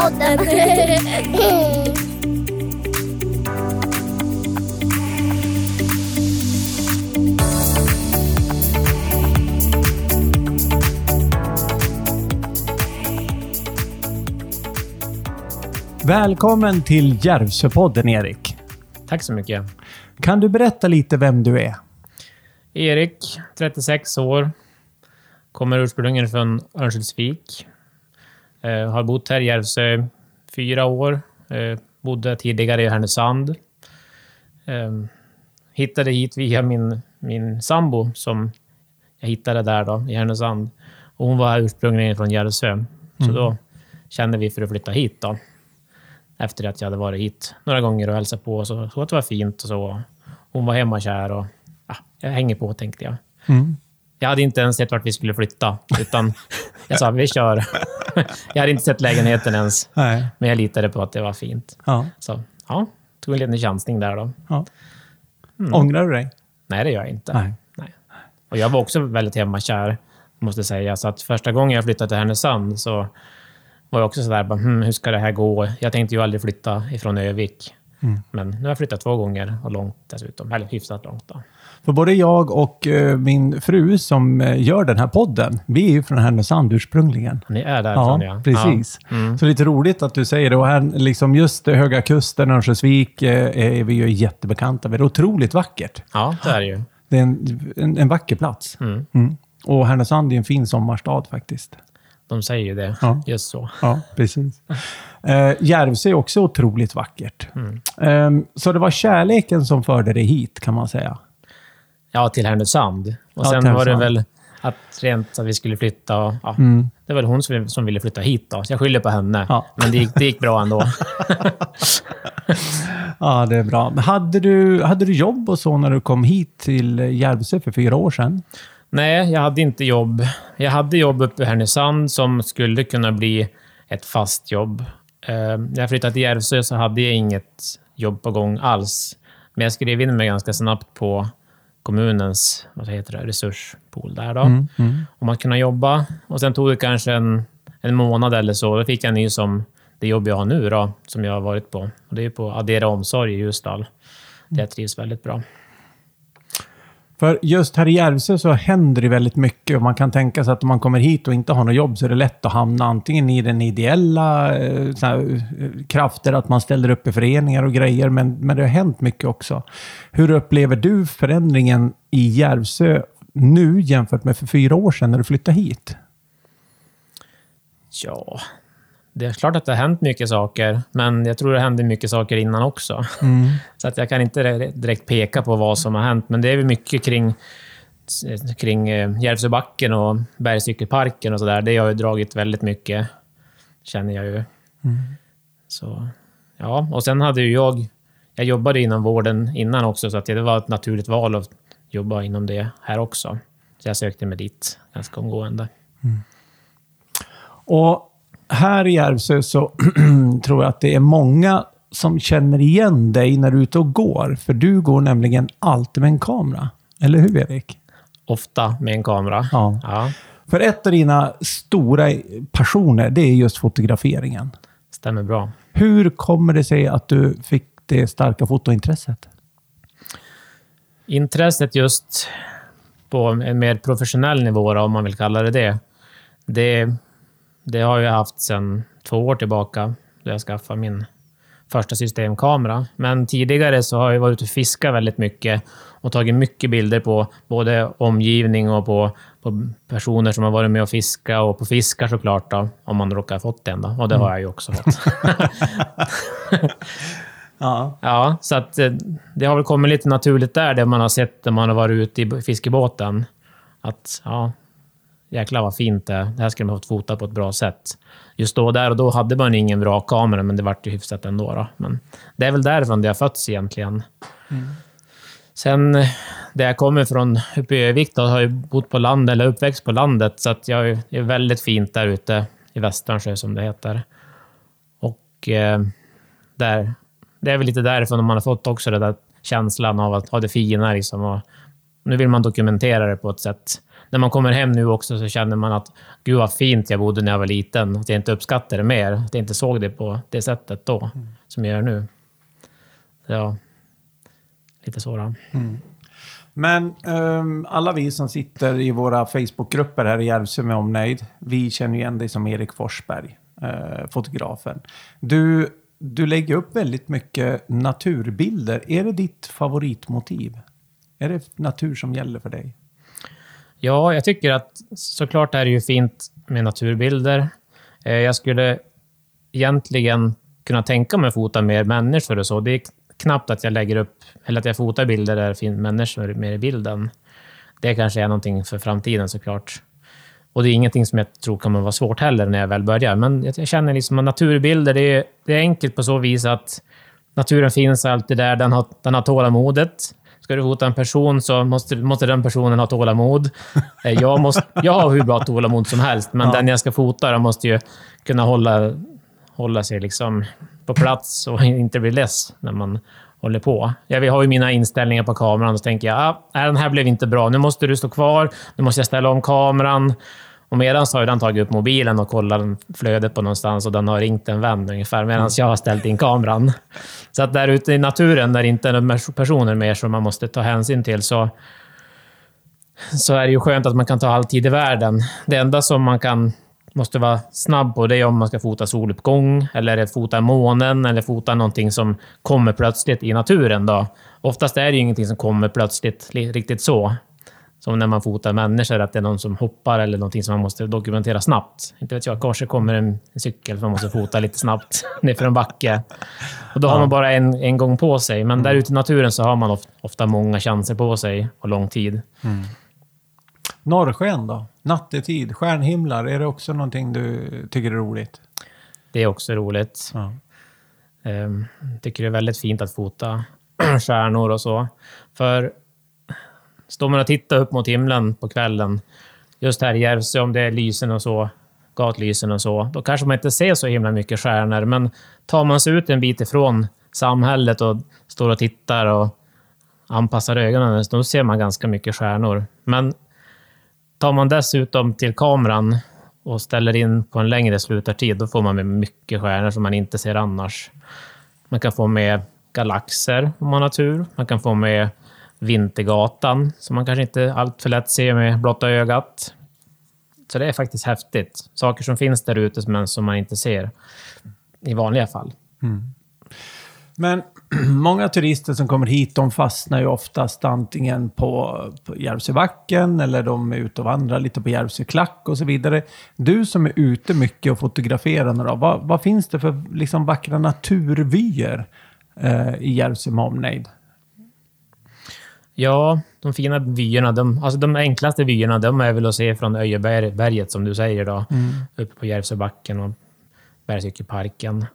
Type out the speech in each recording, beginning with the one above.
Järvsöpodden. Välkommen till Järvsöpodden, Erik. Tack så mycket. Kan du berätta lite vem du är? Erik, 36 år. Kommer ursprungligen från Örnsköldsvik. Har bott här i Järvsö 4 år. Bodde tidigare i Härnösand. Hittade hit via min sambo som jag hittade där då, i Härnösand. Och hon var ursprungligen från Järvsö. Så då kände vi för att flytta hit då. Efter att jag hade varit hit några gånger och hälsat på. Så att det var fint och så. Hon var hemma kär och jag hänger på, tänkte jag. Jag hade inte ens sett vart vi skulle flytta. Utan jag sa, vi kör. Jag hade inte sett lägenheten ens. Nej. Men jag litade på att det var fint. Ja. Så tog en liten chansning där då. Ja. Ångrar du dig? Nej, det gör jag inte. Nej. Och jag var också väldigt hemmakär, måste jag säga. Så att första gången jag flyttade till Härnösand så var jag också sådär, hur ska det här gå? Jag tänkte ju aldrig flytta ifrån Övik. Men nu har jag flyttat 2 gånger och långt dessutom. Eller hyfsat långt då. För både jag och min fru som gör den här podden, vi är ju från Härnösand ursprungligen. Ni är därifrån, ja. Precis. Ja. Så lite roligt att du säger det. Och här, liksom just Höga Kusten, Örnsköldsvik, är vi ju jättebekanta med. Det är otroligt vackert. Ja, det är det ju. Det är en vacker plats. Och Härnösand är en fin sommarstad faktiskt. De säger ju det, just så. Ja, precis. Järvsö är också otroligt vackert. Så det var kärleken som förde dig hit, kan man säga. Ja, till Härnösand. Och sen var det väl att vi skulle flytta. Och, det var väl hon som ville flytta hit då. Så jag skyller på henne. Ja. Men det gick bra ändå. Ja, det är bra. Men hade du jobb och så när du kom hit till Järvsö för 4 år sedan? Nej, jag hade inte jobb. Jag hade jobb uppe i Härnösand som skulle kunna bli ett fast jobb. När jag flyttade till Järvsö så hade jag inget jobb på gång alls. Men jag skrev in mig ganska snabbt på kommunens resurspool där då. Om man kunde jobba. Och sen tog det kanske en månad eller så. Då fick jag ny som det jobb jag har nu då, som jag har varit på. Och det är på Addera Omsorg i Ljusdal. Det trivs väldigt bra. För just här i Järvsö så händer det väldigt mycket. Och man kan tänka sig att om man kommer hit och inte har något jobb så är det lätt att hamna antingen i den ideella krafter, att man ställer upp i föreningar och grejer. Men det har hänt mycket också. Hur upplever du förändringen i Järvsö nu jämfört med för 4 år sedan när du flyttade hit? Ja, det är klart att det har hänt mycket saker. Men jag tror det hände mycket saker innan också. Så att jag kan inte direkt peka på vad som har hänt. Men det är väl mycket kring Järvsöbacken och Bergscykelparken och sådär. Det har ju dragit väldigt mycket, känner jag ju. Så, ja. Och sen hade ju jag jobbade inom vården innan också. Så att det var ett naturligt val att jobba inom det här också. Så jag sökte mig dit ganska omgående. Och här i Järvsö så tror jag att det är många som känner igen dig när du är ute och går. För du går nämligen alltid med en kamera. Eller hur, Erik? Ofta med en kamera. Ja. För ett av dina stora passioner, det är just fotograferingen. Stämmer bra. Hur kommer det sig att du fick det starka fotointresset? Intresset just på en mer professionell nivå då, om man vill kalla det. Det har jag haft sedan 2 år tillbaka då jag skaffade min första systemkamera. Men tidigare så har jag varit ute och fiskat väldigt mycket och tagit mycket bilder på både omgivning och på personer som har varit med och fiska och på fiskar såklart då, om man råkar ha fått den då. Och det har jag ju också fått. Ja, så att det har väl kommit lite naturligt där det man har sett när man har varit ute i fiskebåten. Att jäklar vad fint det här skulle man ha fått fota på ett bra sätt. Just då hade man ingen bra kamera, men det vart ju hyfsat ändå då. Men det är väl därifrån det har fötts egentligen. Sen där jag kommer från uppe i Övik då, har jag bott på land eller uppväxt på landet, så att jag är väldigt fint där ute i Västernsjö som det heter. Och där, det är väl lite därifrån man har fått också det där känslan av att ha det fina liksom, och nu vill man dokumentera det på ett sätt när man kommer hem nu också så känner man att gud vad fint jag bodde när jag var liten. Att jag inte uppskattade det mer. Att jag inte såg det på det sättet då, som jag gör nu. Ja, lite så då. Men alla vi som sitter i våra Facebookgrupper här i Järvsö med omnejd, vi känner igen dig som Erik Forsberg, fotografen. Du lägger upp väldigt mycket naturbilder. Är det ditt favoritmotiv? Är det natur som gäller för dig? Ja, jag tycker att såklart är det ju fint med naturbilder. Jag skulle egentligen kunna tänka mig att fota mer människor och så. Det är knappt att jag lägger upp, eller att jag fotar bilder där det finns människor med i bilden. Det kanske är någonting för framtiden såklart. Och det är ingenting som jag tror kommer vara svårt heller när jag väl börjar. Men jag känner liksom att naturbilder, det är enkelt på så vis att naturen finns alltid där. Den har tålamodet. Ska du fota en person så måste den personen ha tålamod. Jag har hur bra tålamod som helst, men den jag ska fota måste ju kunna hålla sig liksom på plats och inte bli less när man håller på. Jag har ju mina inställningar på kameran och så tänker jag, den här blev inte bra. Nu måste du stå kvar. Nu måste jag ställa om kameran. Och medan så har den tagit upp mobilen och kollat flödet på någonstans och den har ringt en vän ungefär medan jag har ställt in kameran. Så att där ute i naturen där inte är några personer mer som man måste ta hänsyn till så är det ju skönt att man kan ta all tid i världen. Det enda som man måste vara snabb på det är om man ska fota soluppgång eller fota månen eller fota någonting som kommer plötsligt i naturen då. Oftast är det ju ingenting som kommer plötsligt riktigt så. Som när man fotar människor, att det är någon som hoppar eller någonting som man måste dokumentera snabbt. Inte vet jag, kanske kommer en cykel som man måste fota lite snabbt nerför en backe. Och då har man bara en gång på sig. Men där ute i naturen så har man ofta många chanser på sig och lång tid. Norrsken då? Nattetid, stjärnhimlar, är det också någonting du tycker är roligt? Det är också roligt. Ja. Tycker det är väldigt fint att fota stjärnor och så. För står man och tittar upp mot himlen på kvällen, just här i Järvsö, om det är lysen och så, gatlysen och så, då kanske man inte ser så himla mycket stjärnor. Men tar man sig ut en bit ifrån samhället och står och tittar och anpassar ögonen, då ser man ganska mycket stjärnor. Men tar man dessutom till kameran och ställer in på en längre slutartid, då får man med mycket stjärnor som man inte ser annars. Man kan få med galaxer om man har tur. Man kan få med Vintergatan som man kanske inte allt för lätt ser med blotta ögat. Så det är faktiskt häftigt. Saker som finns där ute men som man inte ser i vanliga fall. Men många turister som kommer hit, de fastnar ju oftast antingen på Järvsöbacken eller de är ute och vandrar lite på Järvsöklack och så vidare. Du som är ute mycket och fotograferar då, vad finns det för liksom vackra naturvyer i Järvsö med omnejd? Ja, de fina vyerna, de enklaste vyerna, de är väl att se från Öjeberget som du säger då, uppe på Järvsöbacken och Bergsökeparken.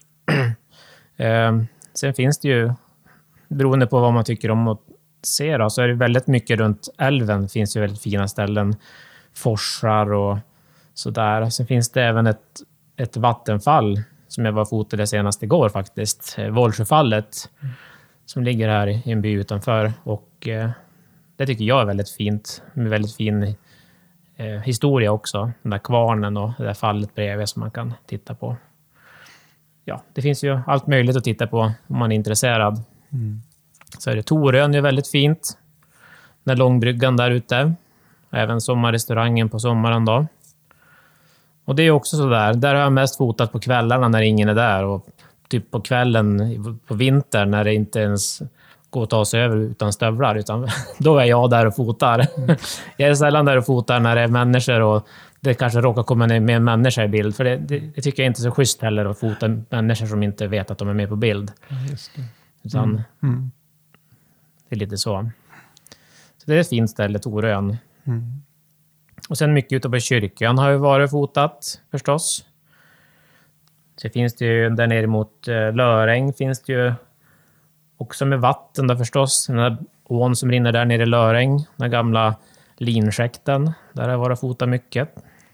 Sen finns det ju, beroende på vad man tycker om att se då, så är det väldigt mycket runt älven. Det finns ju väldigt fina ställen, forsar och sådär. Sen finns det även ett vattenfall som jag var fotade senast igår faktiskt, Vålsjöfallet, som ligger här i en by utanför. Och det tycker jag är väldigt fint, med väldigt fin historia också. Den där kvarnen och det där fallet bredvid som man kan titta på. Ja, det finns ju allt möjligt att titta på om man är intresserad. Så är det Torön är väldigt fint. Den långbryggan där ute. Även sommarrestaurangen på sommaren då. Och det är också så där har jag mest fotat på kvällarna när ingen är där. Och typ på kvällen på vintern när det inte ens går att ta sig över utan stövlar. Utan då är jag där och fotar. Jag är sällan där och fotar när det är människor och det kanske råkar komma med en människa i bild. För det tycker jag inte är så schysst heller att fota människor som inte vet att de är med på bild. Just det. Utan det är lite så. Så det är ett fint ställe, Torön. Och sen mycket ute på kyrkan har ju varit fotat förstås. Så finns det ju där nere mot Löräng finns det ju också med vatten där förstås. Den där ån som rinner där nere i Löräng. Den gamla linskäkten. Där har jag varit fotat mycket.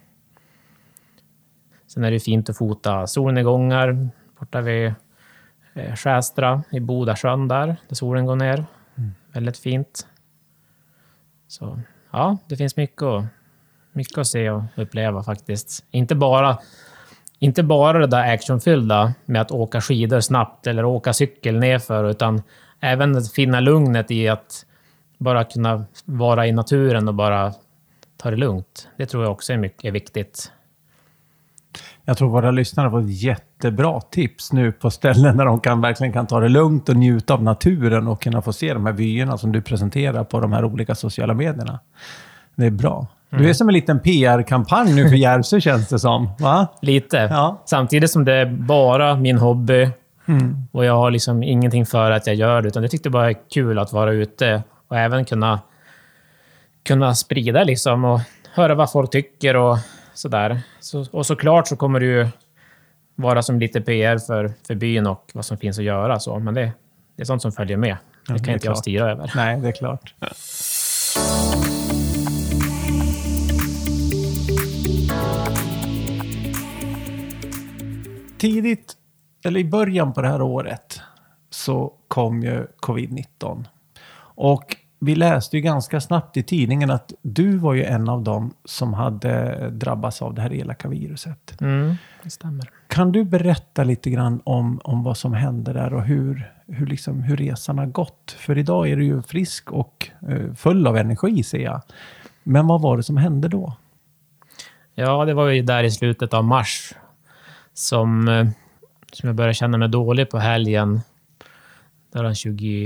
Sen är det fint att fota solnedgångar borta vid Skästra i Bodasjön där solen går ner. Väldigt fint. Så ja, det finns mycket att mycket att se och uppleva faktiskt. Inte bara det där actionfyllda med att åka skidor snabbt eller åka cykel nerför, utan även att finna lugnet i att bara kunna vara i naturen och bara ta det lugnt. Det tror jag också är viktigt. Jag tror våra lyssnare får ett jättebra tips nu på ställen där de verkligen kan ta det lugnt och njuta av naturen och kunna få se de här vyerna som du presenterar på de här olika sociala medierna. Det är bra. Du är som en liten PR-kampanj nu för Järvsö, känns det som, va? Lite. Ja. Samtidigt som det är bara min hobby och jag har liksom ingenting för att jag gör det, utan jag tyckte bara är kul att vara ute och även kunna sprida liksom och höra vad folk tycker och sådär. Och såklart så kommer det ju vara som lite PR för byn och vad som finns att göra. Så. Men det är sånt som följer med. Det kan inte jag styra över. Nej, det är klart. Tidigt, eller i början på det här året, så kom ju covid-19. Och vi läste ju ganska snabbt i tidningen att du var ju en av dem som hade drabbats av det här elaka viruset. Det stämmer. Kan du berätta lite grann om vad som hände där och hur resan har gått? För idag är du ju frisk och full av energi, ser jag. Men vad var det som hände då? Ja, det var ju där i slutet av mars som jag började känna mig dålig på helgen. Det var den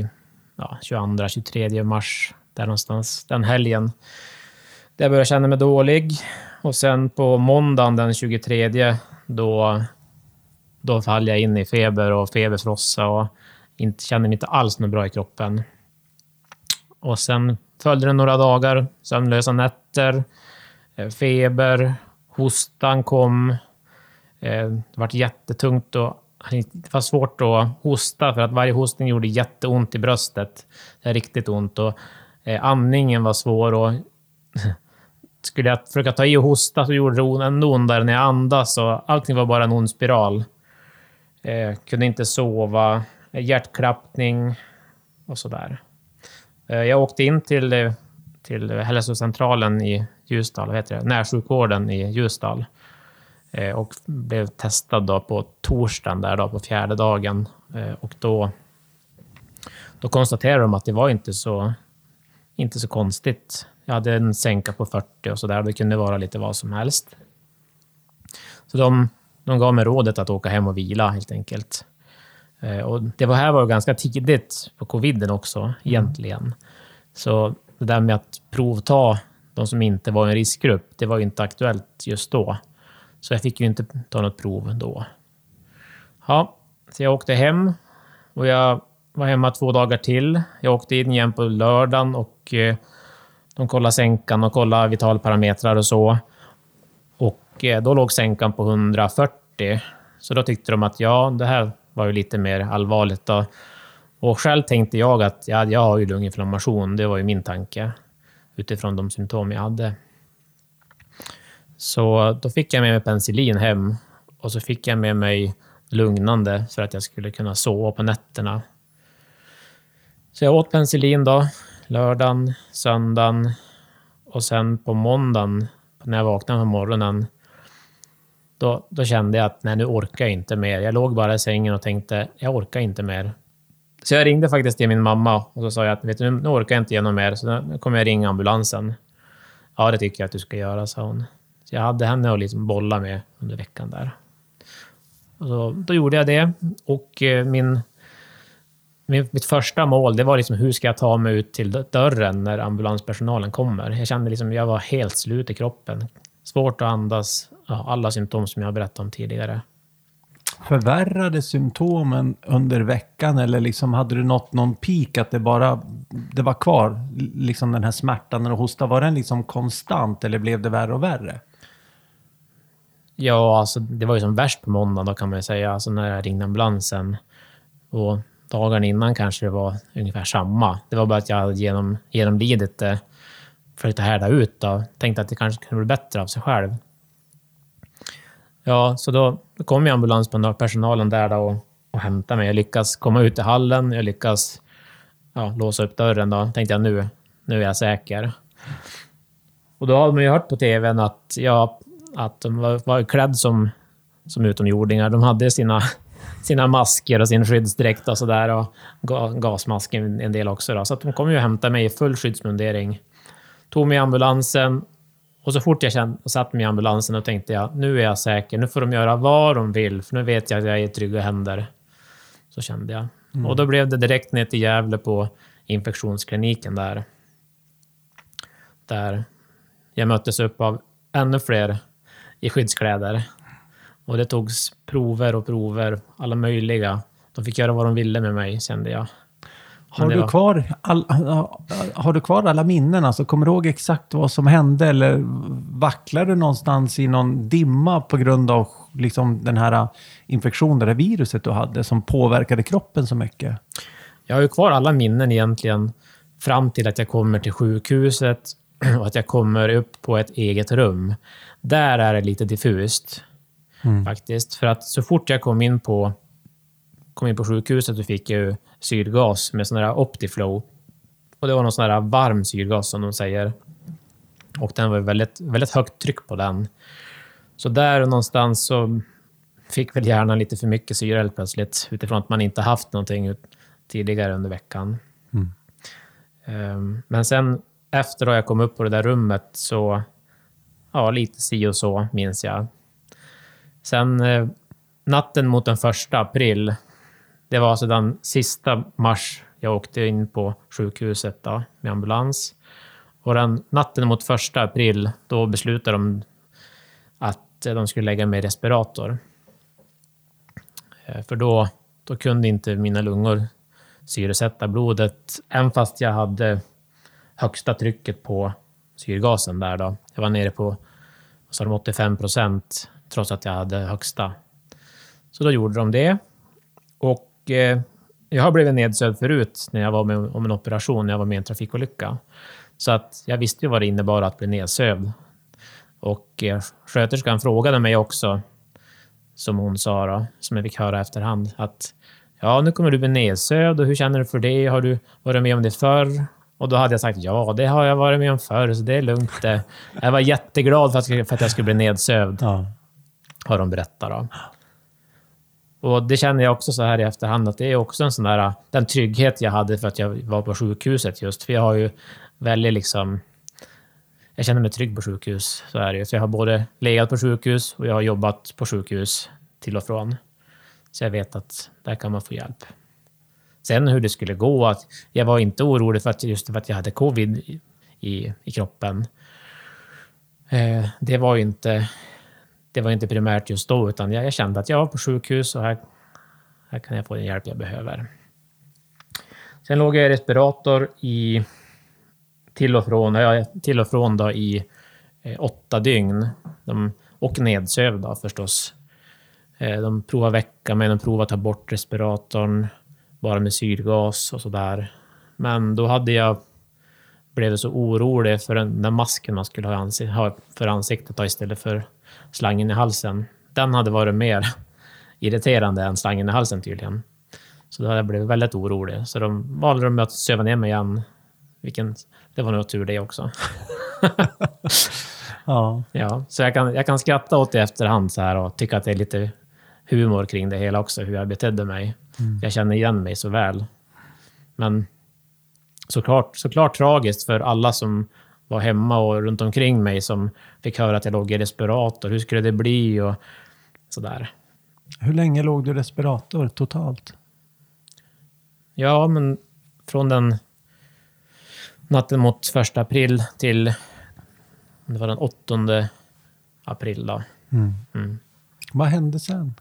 22-23 mars, där någonstans, den helgen. Där jag började känna mig dålig. Och sen på måndagen den 23, då fall jag in i feber och feberfrossa och kände mig inte alls något bra i kroppen. Och sen följde det några dagar, sömnlösa nätter, feber, hostan kom. Det var jättetungt och det var svårt att hosta för att varje hostning gjorde jätteont i bröstet. Det är riktigt ont och andningen var svår och skulle jag försöka ta i och hosta så gjorde det ändå ondare när jag andas och allting var bara en ond spiral. Kunde inte sova, hjärtklappning och sådär. Jag åkte in till hälsocentralen i Ljusdal, vad heter det? Närsjukvården i Ljusdal. Och blev testad då på torsdagen där då på 4:e dagen. Och då konstaterade de att det var inte så konstigt. Jag hade en sänka på 40 och så där. Det kunde vara lite vad som helst. Så de gav mig rådet att åka hem och vila helt enkelt. Och det var ganska tidigt på coviden också egentligen. Så det där med att provta de som inte var i en riskgrupp, det var ju inte aktuellt just då. Så jag fick ju inte ta något prov då. Ja, så jag åkte hem och jag var hemma 2 dagar till. Jag åkte in igen på lördagen och de kollade sänkan och kollade vitalparametrar och så. Och då låg sänkan på 140. Så då tyckte de att det här var ju lite mer allvarligt då. Och själv tänkte jag att jag har ju lunginflammation. Det var ju min tanke utifrån de symptom jag hade. Så då fick jag med mig penicillin hem och så fick jag med mig lugnande för att jag skulle kunna sova på nätterna. Så jag åt penicillin då, lördagen, söndagen och sen på måndagen när jag vaknade på morgonen då kände jag att nej, nu orkar jag inte mer. Jag låg bara i sängen och tänkte, jag orkar inte mer. Så jag ringde faktiskt till min mamma och så sa jag att vet du, nu orkar jag inte igenom mer så nu kommer jag ringa ambulansen. Ja, det tycker jag att du ska göra, sa hon. Så jag hade henne att liksom bolla med under veckan där. Och då gjorde jag det. Och mitt första mål, det var liksom hur ska jag ta mig ut till dörren när ambulanspersonalen kommer. Jag kände liksom jag var helt slut i kroppen. Svårt att andas. Ja, alla symptom som jag berättade om tidigare. Förvärrade symptomen under veckan eller liksom hade du nått någon peak att det var kvar liksom den här smärtan när du hostade? Var den liksom konstant eller blev det värre och värre? Ja, alltså det var ju som värst på måndag då kan man ju säga. Alltså när jag ringde ambulansen och dagen innan kanske det var ungefär samma. Det var bara att jag hade genomlidit det försökte härda ut då. Tänkte att det kanske kunde bli bättre av sig själv. Ja, så då kom ju ambulanspersonalen där då och hämtade mig. Jag lyckas komma ut i hallen. Jag lyckas låsa upp dörren då. Tänkte jag nu är jag säker. Och då hade man ju hört på tvn att de var klädd som utomjordingar. De hade sina masker och sin skyddsdräkt och sådär. Och gasmasken en del också. Då. Så att de kom ju och hämtade mig i full skyddsmundering. Tog mig i ambulansen. Och så fort jag satt mig i ambulansen och tänkte jag, nu är jag säker. Nu får de göra vad de vill. För nu vet jag att jag är i trygga händer. Så kände jag. Och då blev det direkt ner till Gävle på infektionskliniken där. Där jag möttes upp av ännu fler i skyddskläder. Och det togs prover, alla möjliga. De fick göra vad de ville med mig, kände jag. Har du kvar alla minnen? Alltså, kommer du ihåg exakt vad som hände? Eller vacklar du någonstans i någon dimma på grund av liksom, den här infektionen, det viruset du hade som påverkade kroppen så mycket? Jag har ju kvar alla minnen egentligen fram till att jag kommer till sjukhuset och att jag kommer upp på ett eget rum. Där är det lite diffust faktiskt. För att så fort jag kom in på sjukhuset så fick jag ju syrgas med sån där Optiflow. Och det var någon sån där varm syrgas som de säger. Och den var väldigt, väldigt högt tryck på den. Så där någonstans så fick väl hjärnan lite för mycket syre helt plötsligt. Utifrån att man inte haft någonting tidigare under veckan. Men sen efter då jag kom upp på det där rummet så lite si och så minns jag. Sen natten mot den 1 april, det var alltså den sista mars jag åkte in på sjukhuset då, med ambulans. Och den natten mot 1 april, då beslutade de att de skulle lägga mig i respirator. För då kunde inte mina lungor syresätta blodet, även fast jag hade högsta trycket på syrgasen där då. Jag var nere på 85%, trots att jag hade högsta. Så då gjorde de det. Och jag har blivit nedsövd förut när jag var med om en operation, när jag var med i en trafikolycka. Så att jag visste ju vad det innebar att bli nedsövd. Och sköterskan frågade mig också, som hon sa då, som jag fick höra efterhand, att nu kommer du bli nedsövd och hur känner du för det? Har du varit med om det förr? Och då hade jag sagt, det har jag varit med om förr, så det är lugnt. Jag var jätteglad för att jag skulle bli nedsövd. Har de berättat då. Och det känner jag också så här i efterhand, att det är också en sån där, den trygghet jag hade för att jag var på sjukhuset just. För jag har ju väldigt liksom, jag känner mig trygg på sjukhus, så är det ju. Så jag har både legat på sjukhus och jag har jobbat på sjukhus till och från. Så jag vet att där kan man få hjälp. Sen hur det skulle gå, att jag var inte orolig för att jag hade covid i kroppen. Det var inte primärt just då, utan jag kände att jag var på sjukhus och här kan jag få den hjälp jag behöver. Sen låg jag i respirator till och från då i 8 dygn. Och nedsövd då förstås. De provade väcka mig, de provade ta bort respiratorn bara med syrgas och sådär. Men då blev så orolig för den masken man skulle ha för ansiktet då, istället för slangen i halsen. Den hade varit mer irriterande än slangen i halsen tydligen. Så då hade jag blivit väldigt orolig. Så de valde att söva ner mig igen. Det var nog tur det också. Ja, så jag kan skratta åt det i efterhand så här och tycka att det är lite humor kring det hela också, hur jag betedde mig. Jag känner igen mig så väl. Men såklart tragiskt för alla som var hemma och runt omkring mig som fick höra att jag låg i respirator. Hur skulle det bli och sådär. Hur länge låg du i respirator totalt? Ja, men från den natten mot 1 april till det var den 8 april då. Vad hände sen?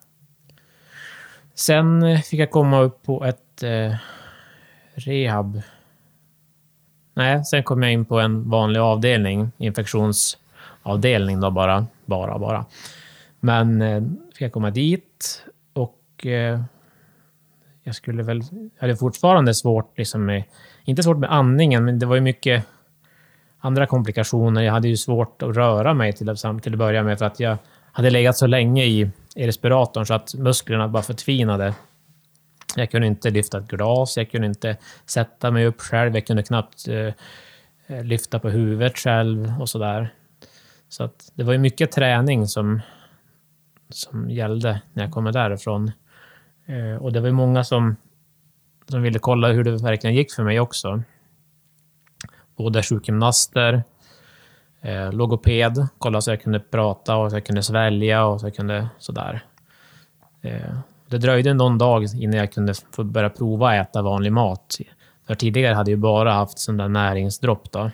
Sen fick jag komma upp på ett rehab. Nej, sen kom jag in på en vanlig avdelning, infektionsavdelning då bara. Men fick jag komma dit och jag hade fortfarande svårt liksom inte svårt med andningen, men det var ju mycket andra komplikationer. Jag hade ju svårt att röra mig till att börja med för att jag hade legat så länge i respiratorn så att musklerna bara förtvinade. Jag kunde inte lyfta ett glas, jag kunde inte sätta mig upp själv, jag kunde knappt lyfta på huvudet själv och sådär. Så att det var ju mycket träning som gällde när jag kom därifrån. Och det var ju många som ville kolla hur det verkligen gick för mig också. Både sjukgymnaster, logoped, kolla så jag kunde prata och så jag kunde svälja och så jag kunde sådär. Det dröjde någon dag innan jag kunde få börja prova att äta vanlig mat. För tidigare hade jag bara haft sån där näringsdropp då.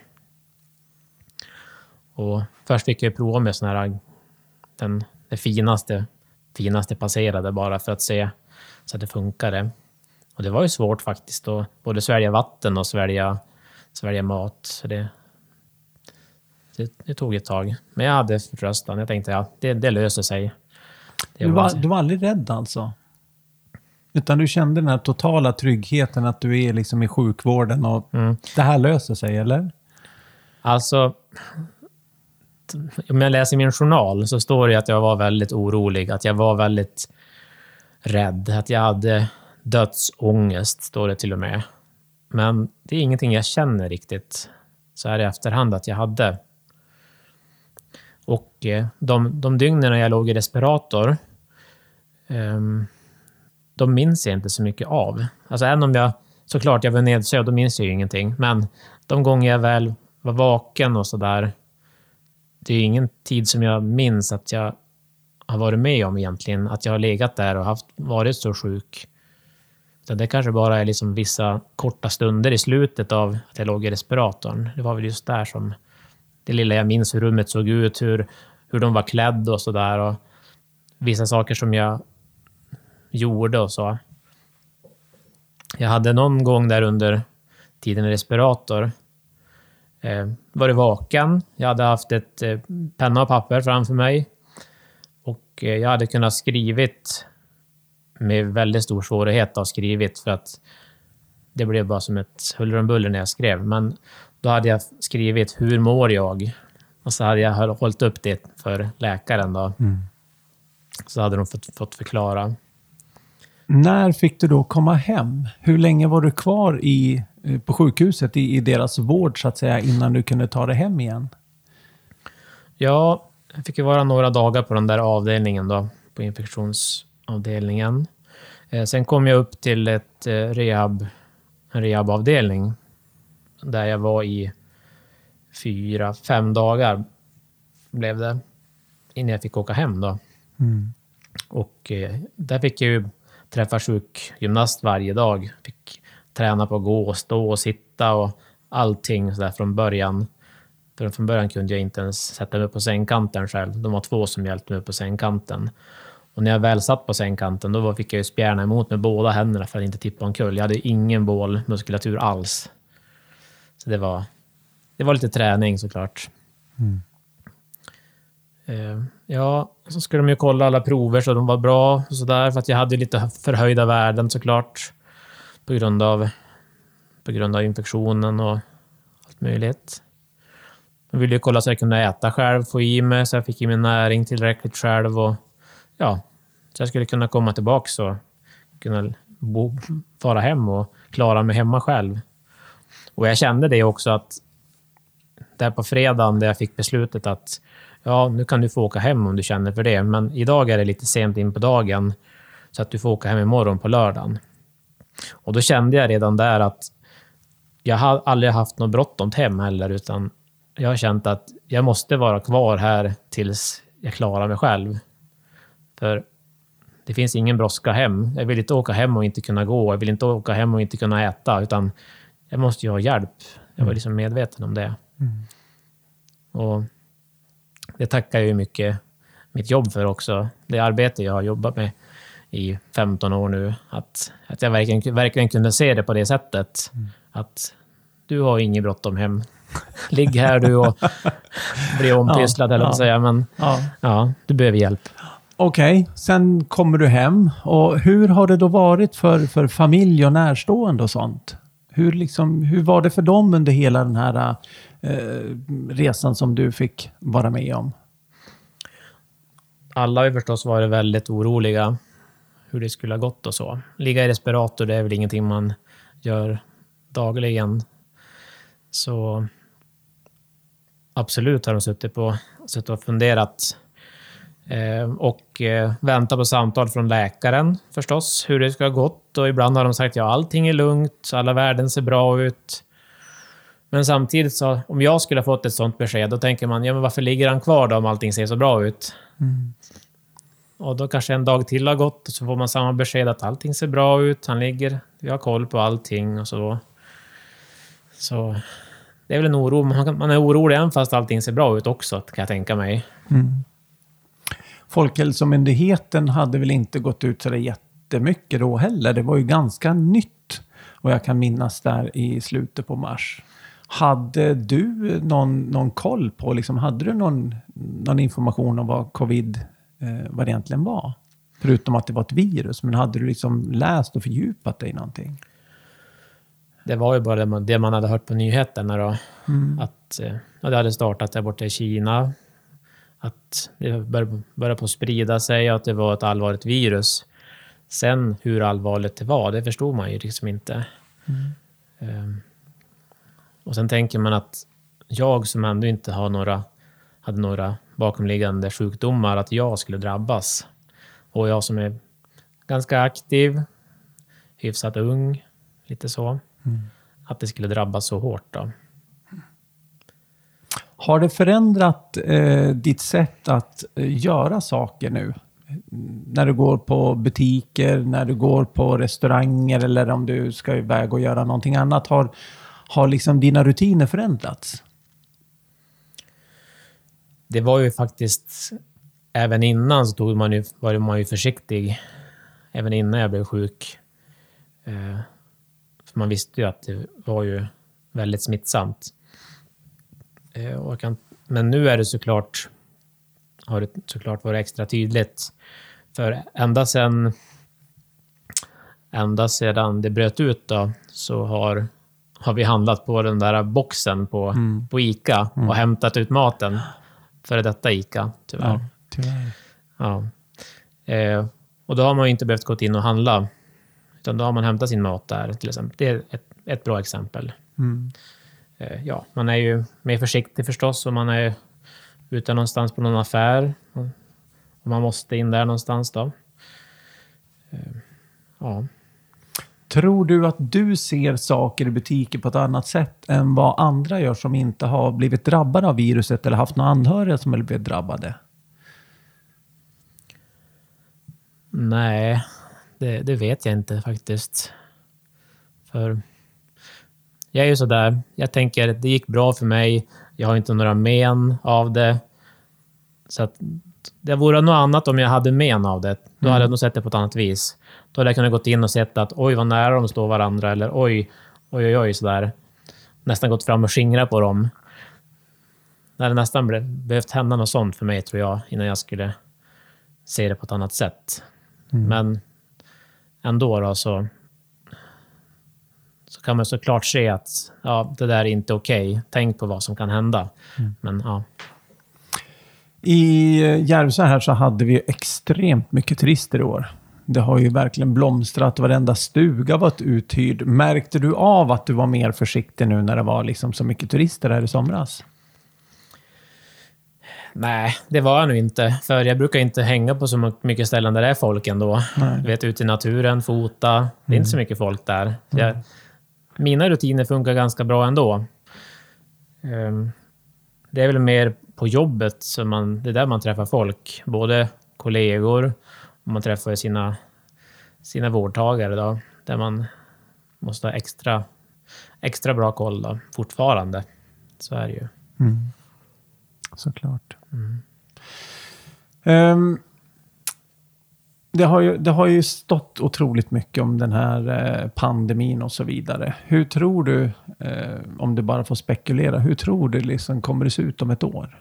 Och först fick jag prova med sån här det finaste passerade bara för att se så att det funkade. Och det var ju svårt faktiskt att både svälja vatten och svälja mat. Så det tog ett tag. Men jag hade förtröstan. Jag tänkte det löser sig. Du var aldrig rädd alltså? Utan du kände den här totala tryggheten att du är liksom i sjukvården och det här löser sig, eller? Alltså, om jag läser min journal så står det att jag var väldigt orolig, att jag var väldigt rädd, att jag hade dödsångest, står det till och med. Men det är ingenting jag känner riktigt så här i efterhand att jag hade. Och de dygnen jag låg i respirator, de minns jag inte så mycket av. Alltså även om jag var nedsövd, då minns jag ju ingenting. Men de gånger jag väl var vaken och sådär, det är ingen tid som jag minns att jag har varit med om egentligen. Att jag har legat där och varit så sjuk. Utan det kanske bara är liksom vissa korta stunder i slutet av att jag låg i respiratorn. Det var väl just där som det lilla jag minns hur rummet såg ut, hur de var klädda och sådär. Och vissa saker som jag gjorde och så. Jag hade någon gång där under tiden i respirator varit vaken. Jag hade haft ett penna och papper framför mig. Och jag hade kunnat skrivit med väldigt stor svårighet för att det blev bara som ett huller om buller när jag skrev. Men då hade jag skrivit hur mår jag? Och så hade jag hållit upp det för läkaren då. Så hade de fått förklara. När fick du då komma hem? Hur länge var du kvar på sjukhuset i deras vård så att säga innan du kunde ta dig hem igen? Ja, jag fick ju vara några dagar på den där avdelningen då, på infektionsavdelningen. Sen kom jag upp till en rehabavdelning där jag var i 4-5 dagar blev det innan jag fick åka hem då. Och där fick jag ju träffa sjukgymnast varje dag. Fick träna på att gå och stå och sitta och allting så där från början. För från början kunde jag inte ens sätta mig på sängkanten själv. De var 2 som hjälpte mig på sängkanten. Och när jag väl satt på sängkanten då fick jag ju spjärna emot med båda händerna för att inte tippa omkull. Jag hade ingen bålmuskulatur alls. Så det var lite träning såklart. Ja, så skulle de ju kolla alla prover så de var bra och sådär. För att jag hade lite förhöjda värden såklart. På grund av infektionen och allt möjligt. De ville ju kolla så jag kunde äta själv, få i mig så jag fick i mig näring tillräckligt själv. Och ja, så jag skulle kunna komma tillbaka och kunna fara hem och klara mig hemma själv. Och jag kände det också att där på fredagen där jag fick beslutet att ja, nu kan du få åka hem om du känner för det. Men idag är det lite sent in på dagen så att du får åka hem imorgon på lördagen. Och då kände jag redan där att jag har aldrig haft något bråttom hem heller, utan jag har känt att jag måste vara kvar här tills jag klarar mig själv. För det finns ingen brådska hem. Jag vill inte åka hem och inte kunna gå. Jag vill inte åka hem och inte kunna äta, utan jag måste ju ha hjälp. Jag var liksom medveten om det. Och det tackar jag ju mycket mitt jobb för också. Det arbete jag har jobbat med i 15 år nu. Att jag verkligen kunde se det på det sättet. Att du har inget bråttom hem. Ligg här du och bli ompysslad eller vad säga. Men ja, du behöver hjälp. Okej, sen kommer du hem. Och hur har det då varit för familj och närstående och sånt? Hur var det för dem under hela den här resan som du fick vara med om? Alla har ju förstås varit väldigt oroliga hur det skulle ha gått och så. Ligga i respirator, det är väl ingenting man gör dagligen. Så Absolut har de suttit och funderat. Och väntat på samtal från läkaren förstås, hur det ska ha gått. Och ibland har de sagt ja, allting är lugnt, alla värden ser bra ut. Men samtidigt så, om jag skulle ha fått ett sånt besked, då tänker man, ja men varför ligger han kvar då om allting ser så bra ut? Och då kanske en dag till har gått och så får man samma besked att allting ser bra ut, han ligger, vi har koll på allting och så. Så det är väl en oro, man är orolig även fast allting ser bra ut också, kan jag tänka mig. Folkhälsomyndigheten hade väl inte gått ut så jättemycket då heller. Det var ju ganska nytt. Och jag kan minnas där i slutet på mars. Hade du någon koll på, liksom, hade du någon information om vad covid vad det egentligen var? Förutom att det var ett virus. Men hade du liksom läst och fördjupat dig i någonting? Det var ju bara det man hade hört på nyheterna då. Att det hade startat där borta i Kina. Att det började på att sprida sig och att det var ett allvarligt virus. Sen hur allvarligt det var, det förstod man ju liksom inte. Och sen tänker man att jag som ändå inte hade några bakomliggande sjukdomar, att jag skulle drabbas. Och jag som är ganska aktiv, hyfsat ung, lite så. Att det skulle drabbas så hårt då. Har det förändrat ditt sätt att göra saker nu? När du går på butiker, när du går på restauranger eller om du ska iväg och göra någonting annat. Har liksom dina rutiner förändrats? Det var ju faktiskt, även innan så var man ju försiktig. Även innan jag blev sjuk. För man visste ju att det var ju väldigt smittsamt. Men nu är det har det såklart varit extra tydligt. För ända sedan det bröt ut då, så har vi handlat på den där boxen på ICA och hämtat ut maten för detta ICA, tyvärr. Ja, tyvärr. Ja. Och då har man ju inte behövt gå in och handla, utan då har man hämtat sin mat där till exempel. Det är ett bra exempel. Ja, man är ju mer försiktig förstås, och man är ute någonstans på någon affär och man måste in där någonstans då. Ja. Tror du att du ser saker i butiker på ett annat sätt än vad andra gör som inte har blivit drabbade av viruset eller haft några anhöriga som har blivit drabbade? Nej, det vet jag inte faktiskt. För jag är ju sådär, jag tänker att det gick bra för mig. Jag har inte några men av det. Så att det vore något annat om jag hade men av det. Då hade jag nog sett det på ett annat vis. Då hade jag kunnat gått in och sett att oj vad nära de står varandra. Eller oj sådär. Nästan gått fram och skingra på dem. Det hade nästan behövt hända något sånt för mig, tror jag, innan jag skulle se det på ett annat sätt. Men ändå då så kan man såklart se att ja, det där är inte okej. Tänk på vad som kan hända. Men ja. I Järvsö här så hade vi extremt mycket turister i år. Det har ju verkligen blomstrat. Varenda stuga var uthyrd. Märkte du av att du var mer försiktig nu när det var liksom så mycket turister här i somras? Nej, det var jag nog inte. För jag brukar inte hänga på så mycket ställen där det är folk ändå. Du vet, ute i naturen, fota. Det är inte så mycket folk där. Mina rutiner funkar ganska bra ändå. Det är väl mer på jobbet som det är där man träffar folk. Både kollegor och man träffar sina vårdtagare då. Där man måste ha extra bra koll då, fortfarande. Så är det ju. Såklart. Det har ju stått otroligt mycket om den här pandemin och så vidare. Hur tror du, om du bara får spekulera, hur tror du liksom kommer det se ut om ett år?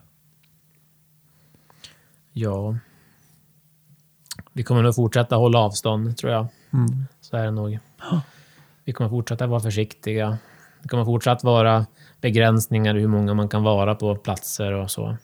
Ja, vi kommer nog fortsätta hålla avstånd, tror jag. Så är det nog. Vi kommer fortsätta vara försiktiga. Det kommer fortsatt vara begränsningar i hur många man kan vara på platser och så.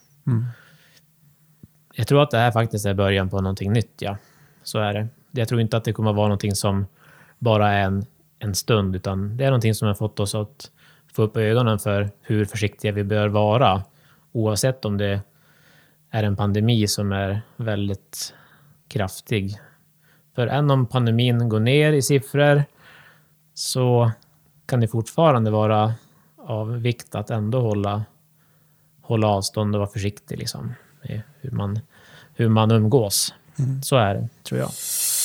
Jag tror att det här faktiskt är början på någonting nytt, ja. Så är det. Jag tror inte att det kommer att vara någonting som bara är en stund, utan det är någonting som har fått oss att få upp ögonen för hur försiktiga vi bör vara. Oavsett om det är en pandemi som är väldigt kraftig. För än om pandemin går ner i siffror så kan det fortfarande vara av vikt att ändå hålla avstånd och vara försiktig liksom, med hur man umgås. Så är det, tror jag.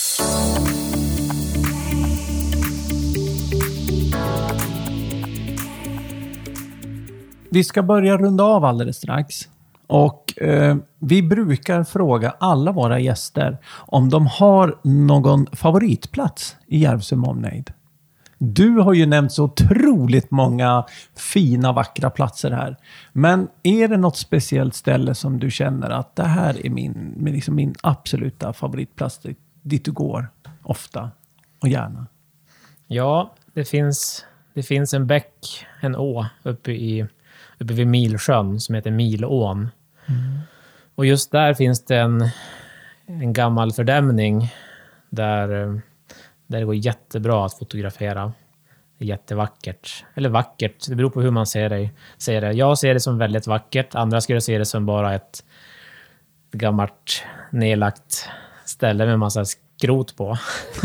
Vi ska börja runda av alldeles strax. Och vi brukar fråga alla våra gäster om de har någon favoritplats i Järvsö Momneid. Du har ju nämnt så otroligt många fina, vackra platser här. Men är det något speciellt ställe som du känner att det här är min absoluta favoritplats dit du går ofta och gärna? Ja, det finns en bäck, en å uppe vid Milsjön som heter Milån. Och just där finns det en gammal fördämning där det går jättebra att fotografera. Det är jättevackert. Eller vackert, det beror på hur man ser det. Jag ser det som väldigt vackert. Andra skulle se det som bara ett gammalt nedlagt ställe med massa skrot på.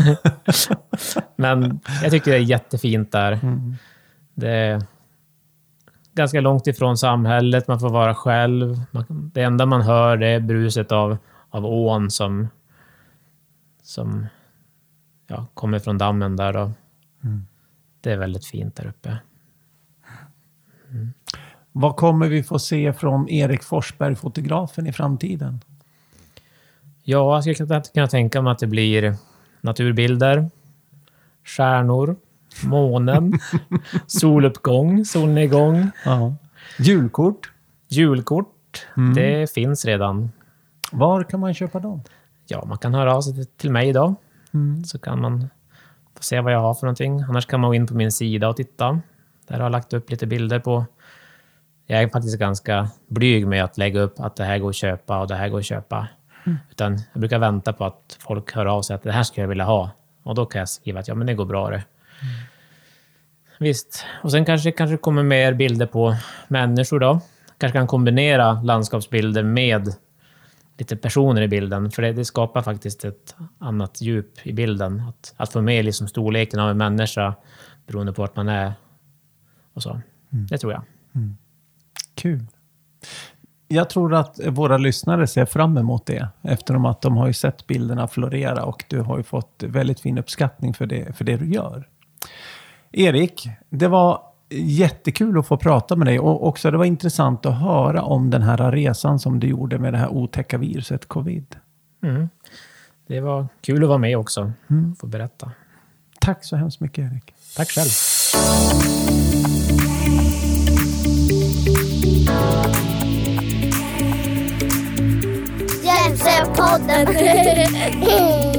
Men jag tycker det är jättefint där. Det är ganska långt ifrån samhället. Man får vara själv. Det enda man hör det är bruset av ån som kommer från dammen där. Och det är väldigt fint där uppe. Vad kommer vi få se från Erik Forsberg, fotografen, i framtiden? Ja, jag skulle kunna tänka mig att det blir naturbilder, stjärnor, månen, soluppgång, solnedgång. Julkort, det finns redan. Var kan man köpa dem? Ja, man kan höra av sig till mig idag. Så kan man få se vad jag har för någonting. Annars kan man gå in på min sida och titta. Där har jag lagt upp lite bilder på. Jag är faktiskt ganska blyg med att lägga upp att det här går att köpa och det här går att köpa. Utan jag brukar vänta på att folk hör av sig att det här skulle jag vilja ha. Och då kan jag skriva att ja, men det går bra det. Visst. Och sen kanske kommer mer bilder på människor då. Kanske kan kombinera landskapsbilder med lite personer i bilden. För det skapar faktiskt ett annat djup i bilden. Att få med liksom storleken av en människa beroende på vart man är. Och så. Det tror jag. Kul. Jag tror att våra lyssnare ser fram emot det. Eftersom att de har ju sett bilderna florera. Och du har ju fått väldigt fin uppskattning för det du gör. Erik, det var jättekul att få prata med dig. Och också det var intressant att höra om den här resan som du gjorde med det här otäcka viruset covid. Det var kul att vara med också. Få berätta. Tack så hemskt mycket, Erik. Tack själv. Järvsö-podden.